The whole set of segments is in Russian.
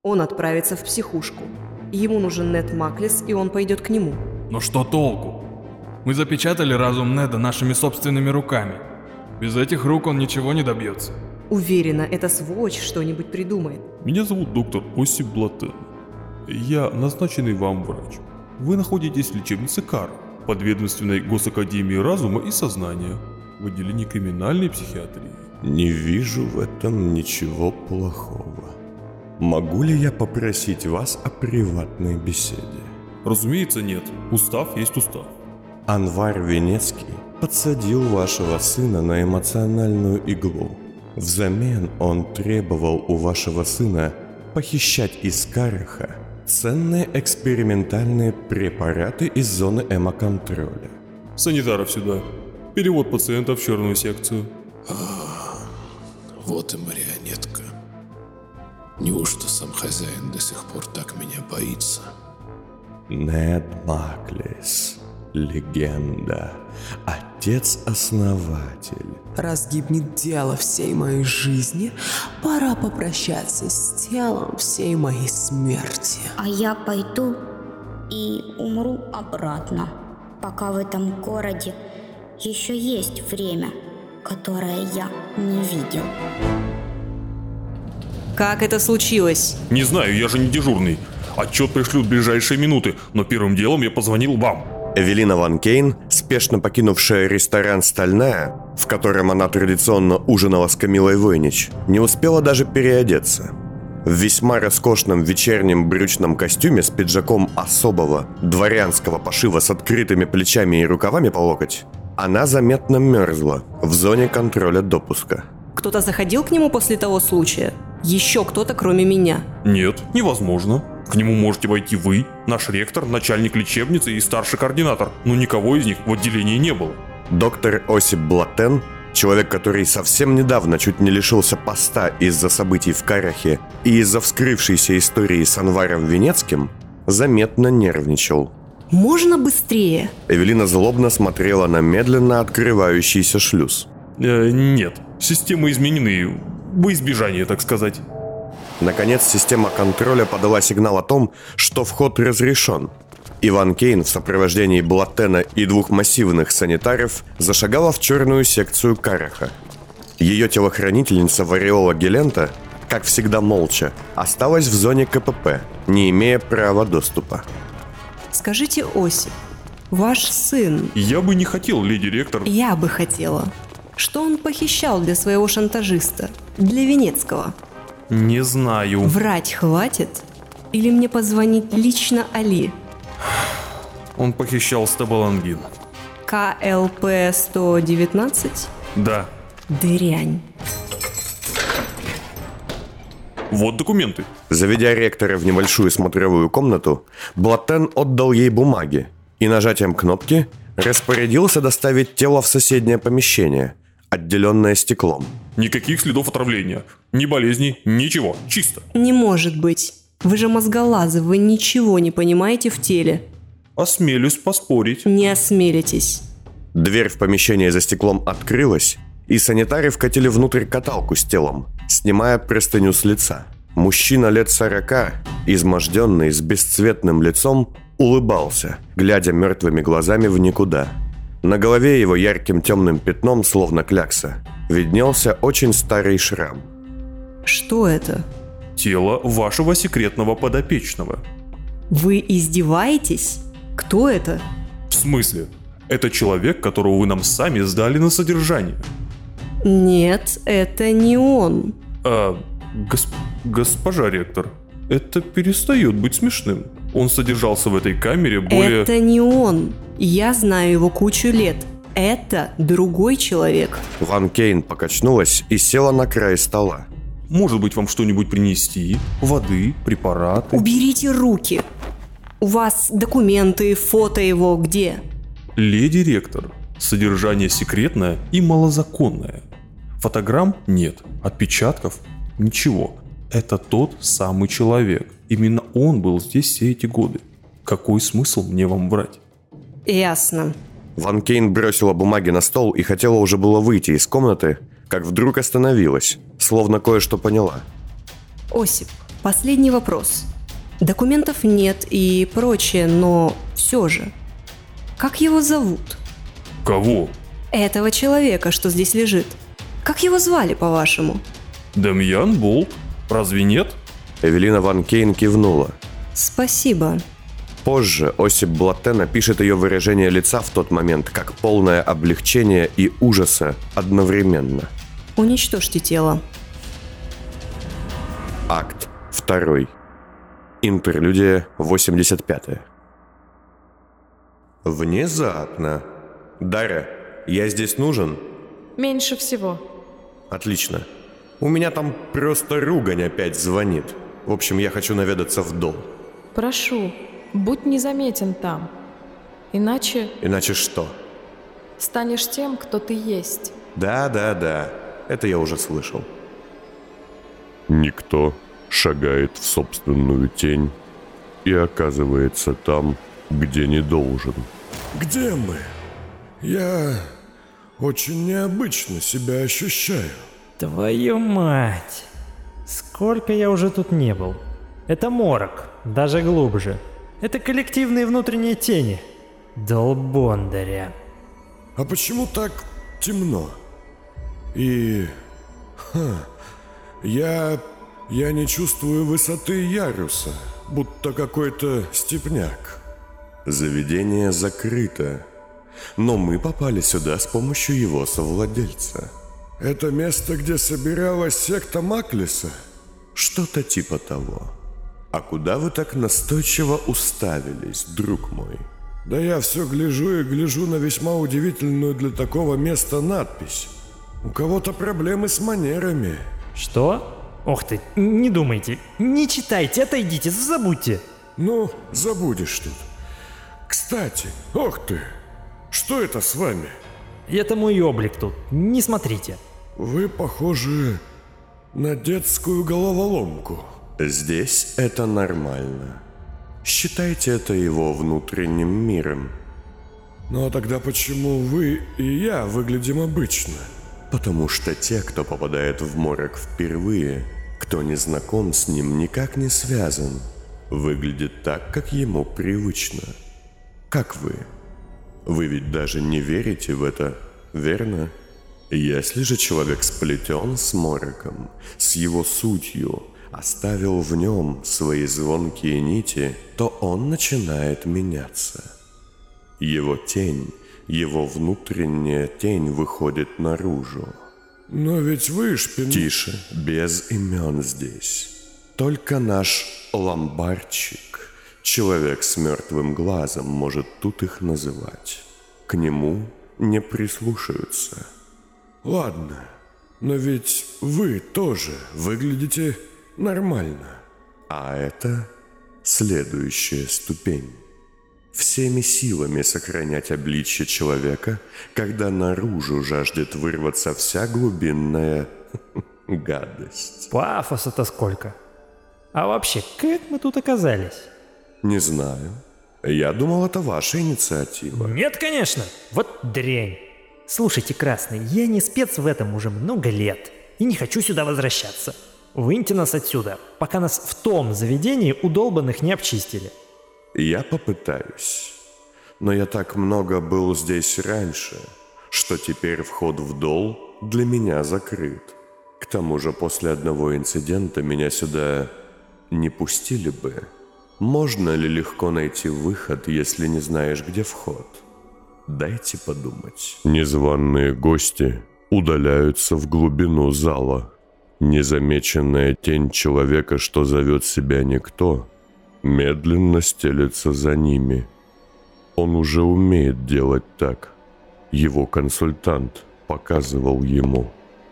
Он отправится в психушку. Ему нужен Нед Маклис, и он пойдет к нему. Но что толку? Мы запечатали разум Неда нашими собственными руками. Без этих рук он ничего не добьется. Уверена, эта сволочь что-нибудь придумает. Меня зовут доктор Осип Блаттен. Я назначенный вам врач. Вы находитесь в лечебнице Кара, подведомственной Госакадемии разума и сознания, в отделении криминальной психиатрии. Не вижу в этом ничего плохого. Могу ли я попросить вас о приватной беседе? Разумеется, нет. Устав есть устав. Анвар Венецкий подсадил вашего сына на эмоциональную иглу. Взамен он требовал у вашего сына похищать из Караха ценные экспериментальные препараты из зоны эмоконтроля. Санитаров сюда. Перевод пациента в черную секцию. Вот и марионетка. Неужто сам хозяин до сих пор так меня боится? Нед Маклис. Легенда. Отец-основатель. Раз гибнет дело всей моей жизни, пора попрощаться с телом всей моей смерти. А я пойду и умру обратно, пока в этом городе еще есть время, которое я не видел. Как это случилось? Не знаю, я же не дежурный. Отчет пришлют в ближайшие минуты, но первым делом я позвонил вам. Эвелина Ван Кейн, спешно покинувшая ресторан «Стальная», в котором она традиционно ужинала с Камилой Войнич, не успела даже переодеться. В весьма роскошном вечернем брючном костюме с пиджаком особого дворянского пошива с открытыми плечами и рукавами по локоть, она заметно мерзла в зоне контроля допуска. Кто-то заходил к нему после того случая? Еще кто-то, кроме меня? Нет, невозможно. К нему можете войти вы, наш ректор, начальник лечебницы и старший координатор, но никого из них в отделении не было. Доктор Осип Блаттен, человек, который совсем недавно чуть не лишился поста из-за событий в Карахе и из-за вскрывшейся истории с Анваром Венецким, заметно нервничал. Можно быстрее? Эвелина злобно смотрела на медленно открывающийся шлюз. Нет, системы изменены, во избежание, так сказать. Наконец, система контроля подала сигнал о том, что вход разрешен. Ван Кейн в сопровождении Блаттена и двух массивных санитаров зашагала в черную секцию Караха. Ее телохранительница Вариола Гелента, как всегда молча, осталась в зоне КПП, не имея права доступа. Скажите, Осип, ваш сын... Я бы не хотел, леди ректор... Я бы хотела. Что он похищал для своего шантажиста? Для Венецкого? Не знаю. Врать хватит? Или мне позвонить лично Али? Он похищал стабалангин. КЛП-119? Да. Дрянь. Вот документы. Заведя ректора в небольшую смотровую комнату, Блаттен отдал ей бумаги и нажатием кнопки распорядился доставить тело в соседнее помещение, отделенное стеклом. Никаких следов отравления, ни болезней, ничего, чисто. Не может быть. Вы же мозголазы, вы ничего не понимаете в теле. Осмелюсь поспорить. Не осмелитесь. Дверь в помещение за стеклом открылась, и санитары вкатили внутрь каталку с телом, снимая простыню с лица. Мужчина лет 40, изможденный, с бесцветным лицом, улыбался, глядя мертвыми глазами в никуда. На голове его ярким темным пятном, словно клякса, виднелся очень старый шрам. Что это? Тело вашего секретного подопечного. Вы издеваетесь? Кто это? В смысле? Это человек, которого вы нам сами сдали на содержание. Нет, это не он. Госпожа ректор, это перестает быть смешным. Он содержался в этой камере более... Это не он. Я знаю его кучу лет. Это другой человек. Ван Кейн покачнулась и села на край стола. Может быть, вам что-нибудь принести? Воды, препараты? Уберите руки. У вас документы, фото его где? Леди ректор, содержание секретное и малозаконное. Фотограмм нет, отпечатков ничего. Это тот самый человек. Именно он был здесь все эти годы. Какой смысл мне вам врать? Ясно. Ван Кейн бросила бумаги на стол и хотела уже было выйти из комнаты, как вдруг остановилась, словно кое-что поняла. Осип, Последний вопрос. Документов нет и прочее, но все же. Как его зовут? Кого? Этого человека, что здесь лежит. Как его звали, по-вашему? Демьян Болт. Разве нет? Эвелина Ван Кейн кивнула. Спасибо. Позже Осип Блатте напишет ее выражение лица в тот момент как полное облегчение и ужаса одновременно. Уничтожьте тело. Акт 2. Интерлюдия 85. Внезапно. Дарья, я здесь нужен? Меньше всего. Отлично. У меня там просто ругань опять звонит. В общем, я хочу наведаться в дом. Прошу, будь незаметен там. Иначе Иначе что? станешь тем, кто ты есть. Да. Это я уже слышал. Никто шагает в собственную тень и оказывается там, где не должен. Где мы? Я очень необычно себя ощущаю. Твою мать! Сколько я уже тут не был. Это морок, даже глубже. Это коллективные внутренние тени. Долбондаря. А почему так темно? И... Я не чувствую высоты яруса, будто какой-то степняк. Заведение закрыто, но мы попали сюда с помощью его совладельца. Это место, где собиралась секта Маклиса? Что-то типа того. А куда вы так настойчиво уставились, друг мой? Да я все гляжу и гляжу на весьма удивительную для такого места надпись. У кого-то проблемы с манерами. Что? Ох ты, не думайте, не читайте, отойдите, забудьте. Ну, забудешь тут. Кстати, ох ты, что это с вами? Это мой облик тут, не смотрите. Вы похожи на детскую головоломку. Здесь это нормально. Считайте это его внутренним миром. Ну а тогда почему вы и я выглядим обычно? Потому что те, кто попадает в морок впервые, кто не знаком с ним, никак не связан, выглядит так, как ему привычно. Как вы? Вы ведь даже не верите в это, верно? Если же человек сплетен с мороком, с его сутью, оставил в нем свои звонкие нити, то он начинает меняться. Его тень, его внутренняя тень выходит наружу. Но ведь вы шпин... Тише, без имен здесь. Только наш ломбардчик, человек с мертвым глазом, может тут их называть. К нему не прислушаются. Ладно, но ведь вы тоже выглядите нормально. А это следующая ступень. Всеми силами сохранять обличье человека, когда наружу жаждет вырваться вся глубинная гадость. Пафоса-то сколько. А вообще, как мы тут оказались? Не знаю. Я думал, это ваша инициатива. Нет, конечно. Вот дрянь. Слушайте, Красный, я не спец в этом уже много лет. И не хочу сюда возвращаться. Выньте нас отсюда, пока нас в том заведении удолбанных не обчистили. Я попытаюсь. Но я так много был здесь раньше, что теперь вход в дол для меня закрыт. К тому же после одного инцидента меня сюда не пустили бы. Можно ли легко найти выход, если не знаешь, где вход? Дайте подумать. Незваные гости удаляются в глубину зала. Незамеченная тень человека, что зовет себя никто, медленно стелется за ними. Он уже умеет делать так. Его консультант показывал ему.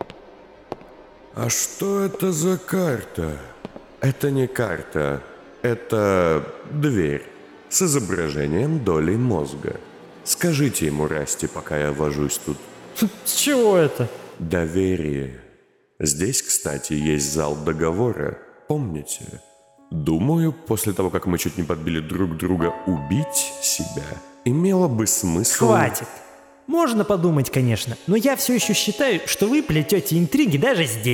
А что это за карта? Это не карта, это дверь с изображением долей мозга. Скажите ему, Расти, пока я вожусь тут. С чего это? Доверие. Здесь, кстати, есть зал договора, помните? Думаю, после того, как мы чуть не подбили друг друга убить себя, имело бы смысл... Хватит. Можно подумать, конечно, но я все еще считаю, что вы плетете интриги даже здесь.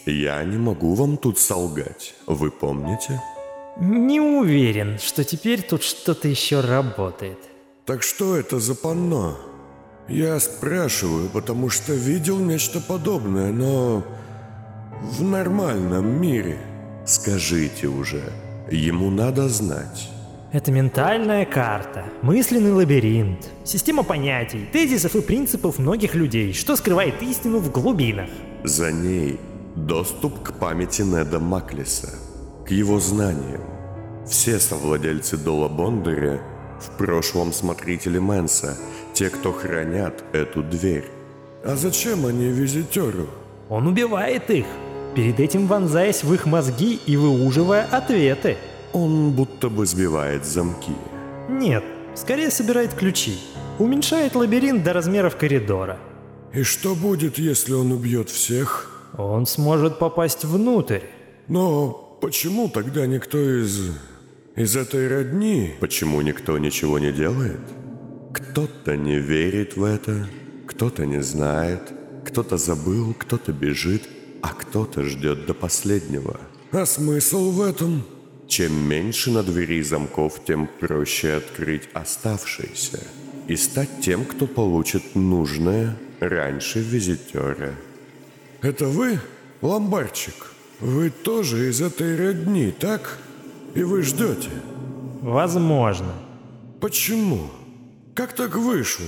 Я не могу вам тут солгать, вы помните? Не уверен, что теперь тут что-то еще работает. Так что это за панно? Я спрашиваю, потому что видел нечто подобное, но в нормальном мире. Скажите уже, ему надо знать. Это ментальная карта, мысленный лабиринт, система понятий, тезисов и принципов многих людей, что скрывает истину в глубинах. За ней доступ к памяти Неда Маклиса, к его знаниям. Все совладельцы Дола Бондаря в прошлом смотрители Мэнса, те, кто хранят эту дверь. А зачем они визитеру? Он убивает их, перед этим вонзаясь в их мозги и выуживая ответы. Он будто бы сбивает замки. Нет, скорее собирает ключи. Уменьшает лабиринт до размеров коридора. И что будет, если он убьет всех? Он сможет попасть внутрь. Но почему тогда никто из этой родни? Почему никто ничего не делает? Кто-то не верит в это, кто-то не знает, кто-то забыл, кто-то бежит, а кто-то ждет до последнего. А смысл в этом? Чем меньше на двери замков, тем проще открыть оставшиеся и стать тем, кто получит нужное раньше визитера. Это вы, ломбардчик? Вы тоже из этой родни, так? И вы ждете? Возможно. Почему? Как так вышло?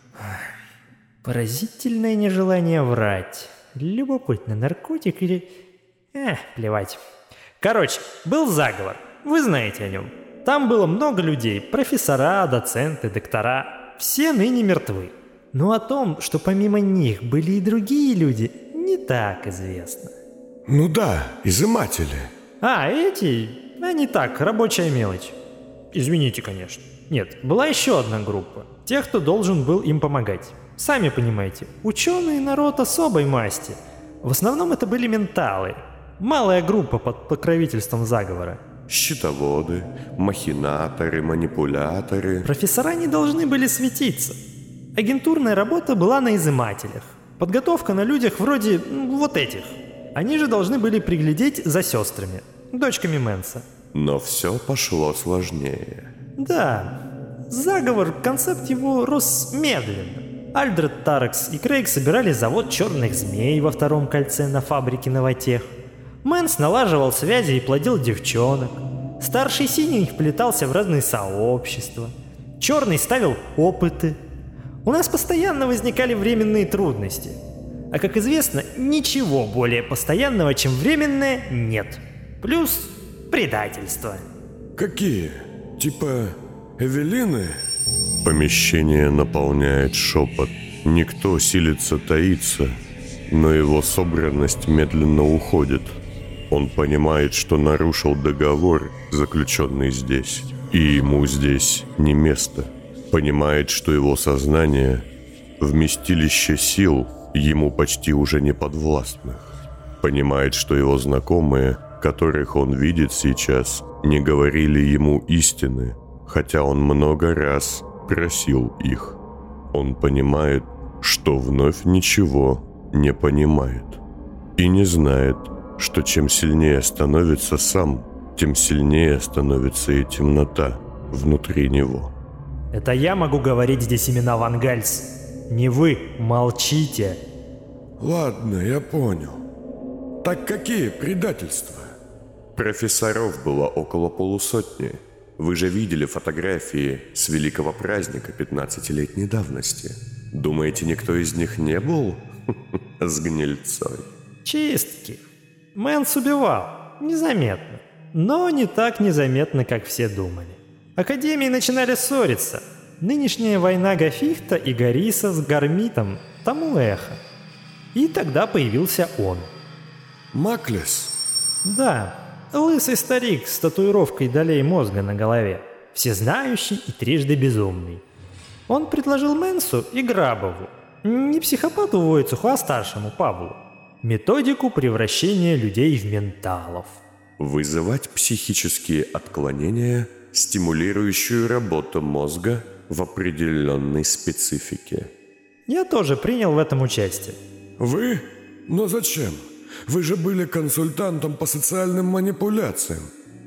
Поразительное нежелание врать. Любопытно, наркотик или... плевать. Короче, был заговор. Вы знаете о нем. Там было много людей. Профессора, доценты, доктора. Все ныне мертвы. Но о том, что помимо них были и другие люди, не так известно. Ну да, изыматели. Эти? Они так, рабочая мелочь. Извините, конечно. Нет, была еще одна группа. Тех, кто должен был им помогать. Сами понимаете, ученые народ особой масти. В основном это были менталы. Малая группа под покровительством заговора. Счетоводы, махинаторы, манипуляторы. Профессора не должны были светиться. Агентурная работа была на изымателях. Подготовка на людях вроде вот этих. Они же должны были приглядеть за сестрами, дочками Мэнса. Но все пошло сложнее. Да, заговор, концепт его рос медленно. Альдред Тарекс и Крейг собирали завод черных змей во втором кольце на фабрике новотех. Мэнс налаживал связи и плодил девчонок. Старший Синий вплетался в разные сообщества. Черный ставил опыты. У нас постоянно возникали временные трудности. А как известно, ничего более постоянного, чем временное, нет. Плюс предательство. Какие? Типа Эвелины? Помещение наполняет шепот. Никто силится таиться, но его собранность медленно уходит. Он понимает, что нарушил договор, заключенный здесь, и ему здесь не место. Понимает, что его сознание – вместилище сил, ему почти уже не подвластных. Понимает, что его знакомые, которых он видит сейчас, не говорили ему истины, хотя он много раз просил их. Он понимает, что вновь ничего не понимает. И не знает, что чем сильнее становится сам, тем сильнее становится и темнота внутри него. Это я могу говорить здесь имена Ван Гальс. Не вы, молчите. Ладно, я понял. Так какие предательства? Профессоров было около полусотни. Вы же видели фотографии с великого праздника 15-летней давности. Думаете, никто из них не был с гнильцой? Чистки. Мэнс убивал. Незаметно. Но не так незаметно, как все думали. Академии начинали ссориться. Нынешняя война Гафихта и Гариса с Гармитом тому эхо. И тогда появился он. Маклис? Да, лысый старик с татуировкой долей мозга на голове. Всезнающий и трижды безумный. Он предложил Мэнсу и Грабову, не психопату Войцеху, а старшему Павлу, методику превращения людей в менталов. Вызывать психические отклонения, стимулирующую работу мозга в определенной специфике. Я тоже принял в этом участие. Вы? Но зачем? Вы же были консультантом по социальным манипуляциям,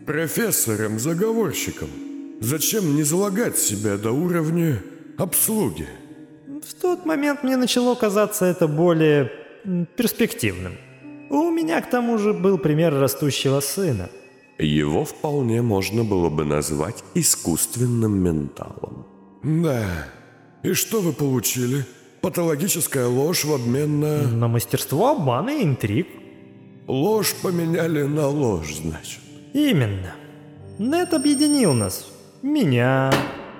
профессором-заговорщиком. Зачем не залагать себя до уровня обслуги? В тот момент мне начало казаться это более перспективным. У меня к тому же был пример растущего сына. Его вполне можно было бы назвать искусственным менталом. Да. И что вы получили? Патологическая ложь в обмен на... На мастерство обмана и интриг. Ложь поменяли на ложь, значит. Именно. Нет объединил нас. Меня,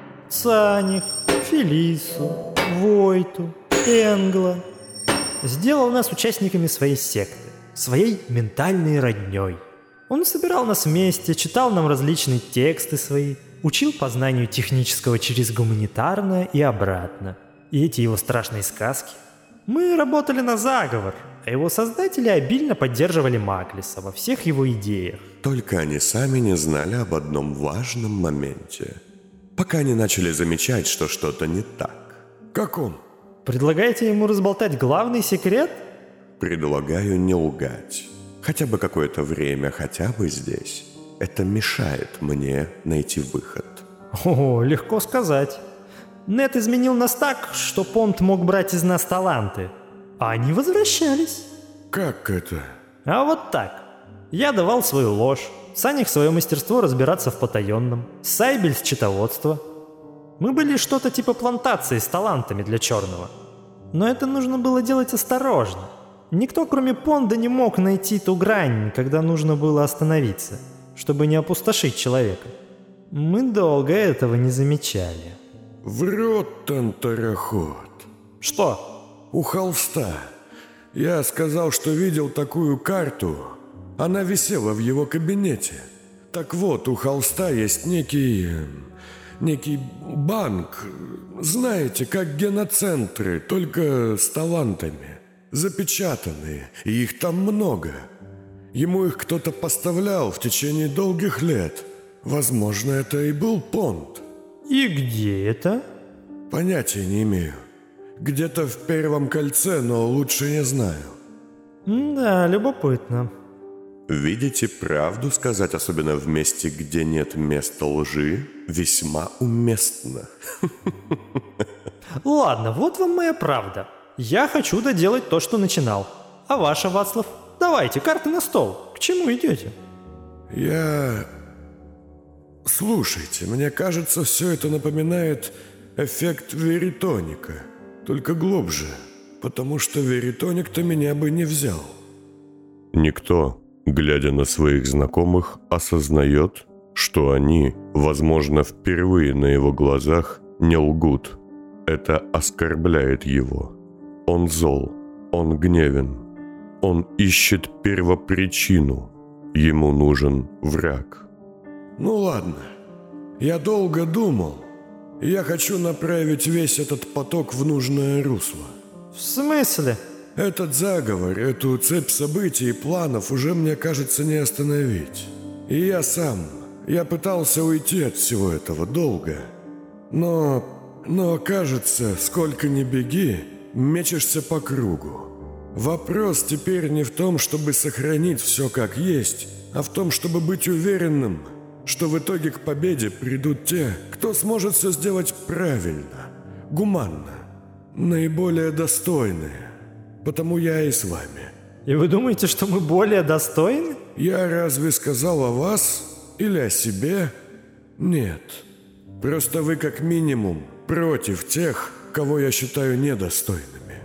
Саних, Фелису, Войту, Энгла. Сделал нас участниками своей секты, своей ментальной роднёй. Он собирал нас вместе, читал нам различные тексты свои, учил познанию технического через гуманитарное и обратно. И эти его страшные сказки. Мы работали на заговор, а его создатели обильно поддерживали Маклиса во всех его идеях. Только они сами не знали об одном важном моменте. Пока не начали замечать, что что-то не так. Каком? Предлагаете ему разболтать главный секрет? Предлагаю не лгать. Хотя бы какое-то время, хотя бы здесь. Это мешает мне найти выход. О, легко сказать. Нет изменил нас так, что Понт мог брать из нас таланты. А они возвращались. Как это? А вот так. Я давал свою ложь, Саних свое мастерство разбираться в потаенном, Сайбель с читоводства. Мы были что-то типа плантации с талантами для черного. Но это нужно было делать осторожно. Никто, кроме Понда, не мог найти ту грань, когда нужно было остановиться, чтобы не опустошить человека. Мы долго этого не замечали. Врет Тантароход. Что? У холста. Я сказал, что видел такую карту. Она висела в его кабинете. Так вот, у холста есть некий банк. Знаете, как геноцентры, только с талантами. Запечатанные, и их там много. Ему их кто-то поставлял в течение долгих лет. Возможно, это и был Понт. И где это? Понятия не имею. Где-то в Первом кольце, но лучше не знаю. Да, любопытно. Видите, правду сказать, особенно в месте, где нет места лжи, весьма уместно. Ладно, вот вам моя правда. Я хочу доделать то, что начинал. А ваша, Вацлав? Давайте, карты на стол. К чему идете? Слушайте, мне кажется, все это напоминает эффект веритоника. Только глубже. Потому что веритоник-то меня бы не взял. Никто, глядя на своих знакомых, осознает, что они, возможно, впервые на его глазах не лгут. Это оскорбляет его. Он зол, он гневен, он ищет первопричину, ему нужен враг. Ну ладно, я долго думал, и я хочу направить весь этот поток в нужное русло. В смысле? Этот заговор, эту цепь событий и планов уже, мне кажется, не остановить. И я пытался уйти от всего этого долго. Но кажется, сколько ни беги, мечешься по кругу. Вопрос теперь не в том, чтобы сохранить все как есть, а в том, чтобы быть уверенным, что в итоге к победе придут те, кто сможет все сделать правильно, гуманно, наиболее достойные. Потому я и с вами. И вы думаете, что мы более достойны? Я разве сказал о вас или о себе? Нет. Просто вы как минимум против тех, кого я считаю недостойными.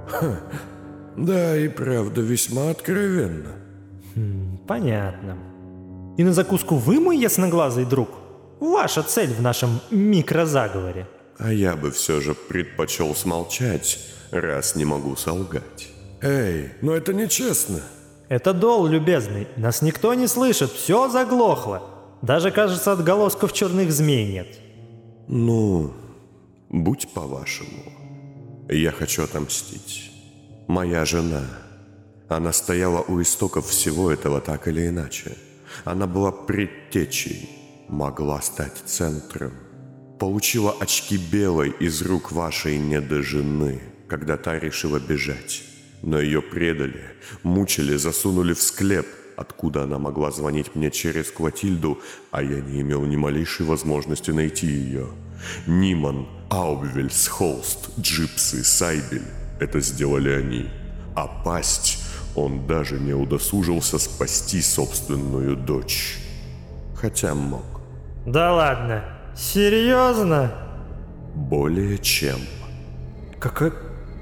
Да, и правда, весьма откровенно. Понятно. И на закуску вы мой ясноглазый друг? Ваша цель в нашем микрозаговоре. А я бы все же предпочел смолчать, раз не могу солгать. Эй, но это нечестно. Это Дол, любезный. Нас никто не слышит, все заглохло. Даже, кажется, отголосков черных змей нет. Ну, будь по-вашему. Я хочу отомстить. Моя жена. Она стояла у истоков всего этого так или иначе. Она была предтечей, могла стать центром. Получила очки белой из рук вашей недожены, когда та решила бежать. Но ее предали, мучили, засунули в склеп, откуда она могла звонить мне через Клотильду, а я не имел ни малейшей возможности найти ее. Ниман, Аубвельс, Холст, Джипсы, Сайбель – это сделали они. А пасть он даже не удосужился спасти собственную дочь. Хотя мог. Да ладно, серьезно? Более чем. Какая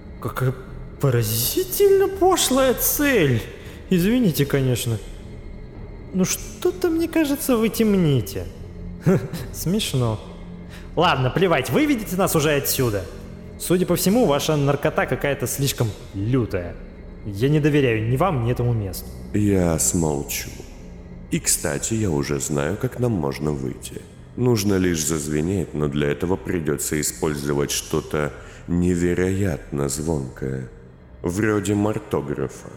поразительно пошлая цель. Извините, конечно. Ну что-то, мне кажется, вы темните. Смешно. Ладно, плевать, выведите нас уже отсюда. Судя по всему, ваша наркота какая-то слишком лютая. Я не доверяю ни вам, ни этому месту. Я смолчу. И, кстати, я уже знаю, как нам можно выйти. Нужно лишь зазвенеть, но для этого придется использовать что-то невероятно звонкое. Вроде мартографа.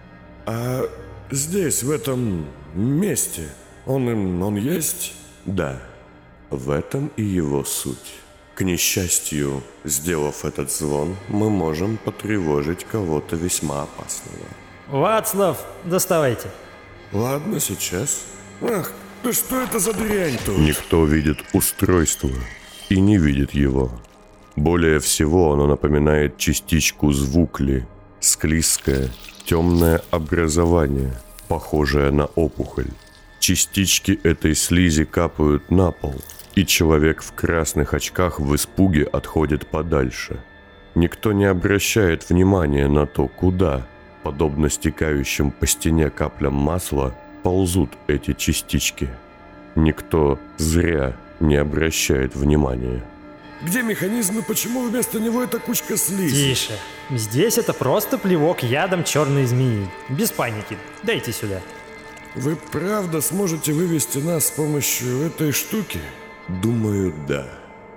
А здесь, в этом месте, он есть? Да, в этом и его суть. К несчастью, сделав этот звон, мы можем потревожить кого-то весьма опасного. Вацлав, доставайте. Ладно, сейчас. Ах, да что это за дрянь тут? Никто видит устройство и не видит его. Более всего оно напоминает частичку звукли, склизкое, темное образование, похожее на опухоль. Частички этой слизи капают на пол, и человек в красных очках в испуге отходит подальше. Никто не обращает внимания на то, куда, подобно стекающим по стене каплям масла, ползут эти частички. Никто зря не обращает внимания. Где механизм и почему вместо него эта кучка слизи? Тише. Здесь это просто плевок ядом черной змеи. Без паники. Дайте сюда. Вы правда сможете вывести нас с помощью этой штуки? Думаю, да.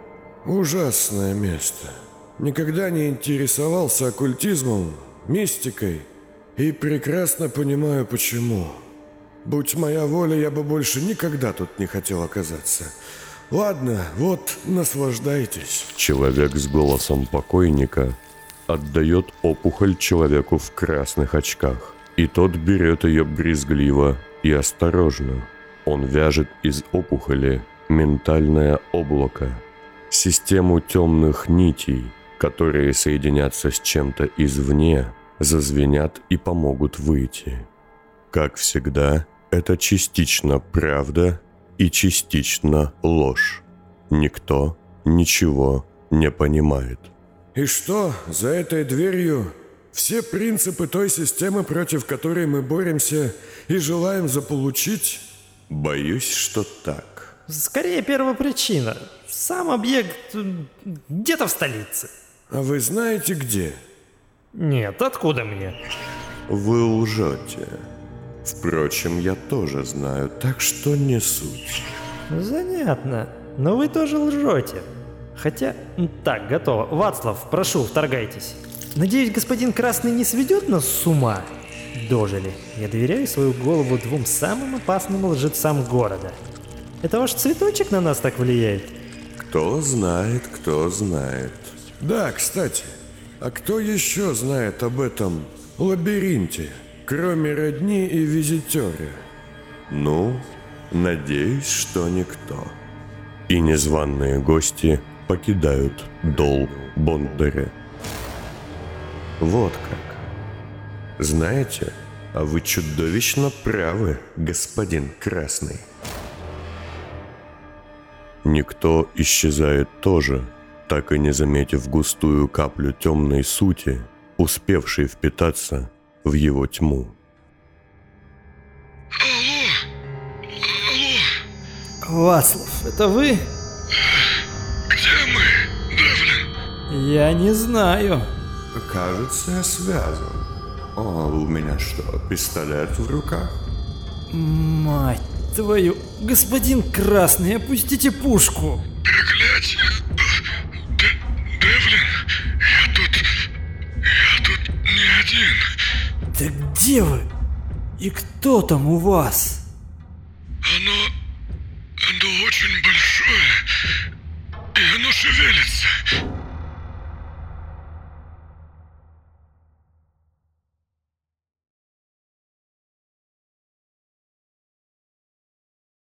Ужасное место. Никогда не интересовался оккультизмом, мистикой и прекрасно понимаю почему. Будь моя воля, я бы больше никогда тут не хотел оказаться. Ладно, вот, наслаждайтесь. Человек с голосом покойника отдает опухоль человеку в красных очках, и тот берет ее брезгливо и осторожно. Он вяжет из опухоли ментальное облако, систему темных нитей, которые соединятся с чем-то извне, зазвенят и помогут выйти. Как всегда, это частично правда и частично ложь. Никто ничего не понимает. И что, за этой дверью все принципы той системы, против которой мы боремся и желаем заполучить? Боюсь, что так. Скорее первопричина. Сам объект где-то в столице. А вы знаете где? Нет, откуда мне? Вы лжете. Впрочем, я тоже знаю, так что не суть. Занятно. Но вы тоже лжете. Хотя... Так, готово. Вацлав, прошу, вторгайтесь. Надеюсь, господин Красный не сведет нас с ума? Дожили. Я доверяю свою голову двум самым опасным лжецам города. Это ваш цветочек на нас так влияет? Кто знает, кто знает. Да, кстати, а кто еще знает об этом лабиринте, кроме родни и визитера? Ну, надеюсь, что никто. И незваные гости покидают дол Бондаря. Вот как. Знаете, а вы чудовищно правы, господин Красный. Никто исчезает тоже, так и не заметив густую каплю темной сути, успевшей впитаться в его тьму. Вацлав, это вы? Где мы, Девлин? Я не знаю. Кажется, я связан. О, у меня что, пистолет в руках? Мать твою, господин Красный, опустите пушку. Проклятие. Девлин, я тут не один. Да где вы? И кто там у вас? Оно очень большое, и оно шевелится.